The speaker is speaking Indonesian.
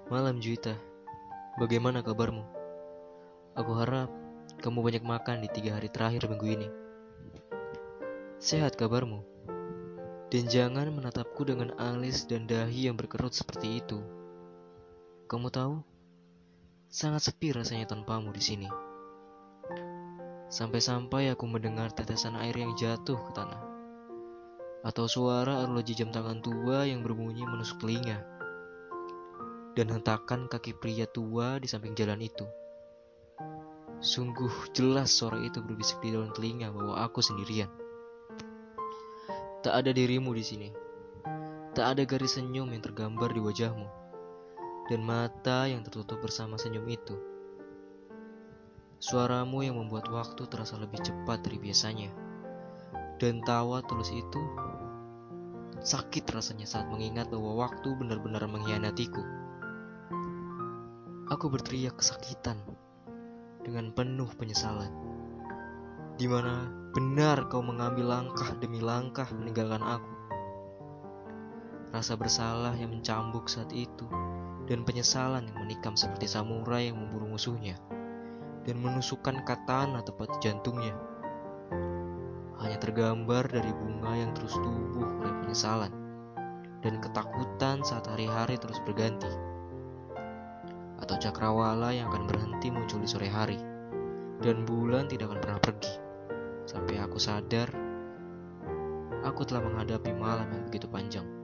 Malam Juita, bagaimana kabarmu? Aku harap kamu banyak makan di 3 hari terakhir minggu ini. Sehat kabarmu? Dan jangan menatapku dengan alis dan dahi yang berkerut seperti itu. Kamu tahu, sangat sepi rasanya tanpamu di sini. Sampai-sampai aku mendengar tetesan air yang jatuh ke tanah, atau suara arloji jam tangan tua yang berbunyi menusuk telinga, dan hentakan kaki pria tua di samping jalan itu. Sungguh jelas suara itu berbisik di dalam telinga bahwa aku sendirian. Tak ada dirimu di sini. Tak ada garis senyum yang tergambar di wajahmu, dan mata yang tertutup bersama senyum itu. Suaramu yang membuat waktu terasa lebih cepat dari biasanya. Dan tawa tulus itu sakit rasanya saat mengingat bahwa waktu benar-benar mengkhianatiku. Aku berteriak kesakitan dengan penuh penyesalan, di mana benar kau mengambil langkah demi langkah meninggalkan aku. Rasa bersalah yang mencambuk saat itu, dan penyesalan yang menikam seperti samurai yang memburu musuhnya dan menusukkan katana tepat di jantungnya, hanya tergambar dari bunga yang terus tumbuh oleh penyesalan dan ketakutan saat hari-hari terus berganti, atau cakrawala yang akan berhenti muncul di sore hari dan bulan tidak akan pernah pergi sampai aku sadar aku telah menghadapi malam yang begitu panjang.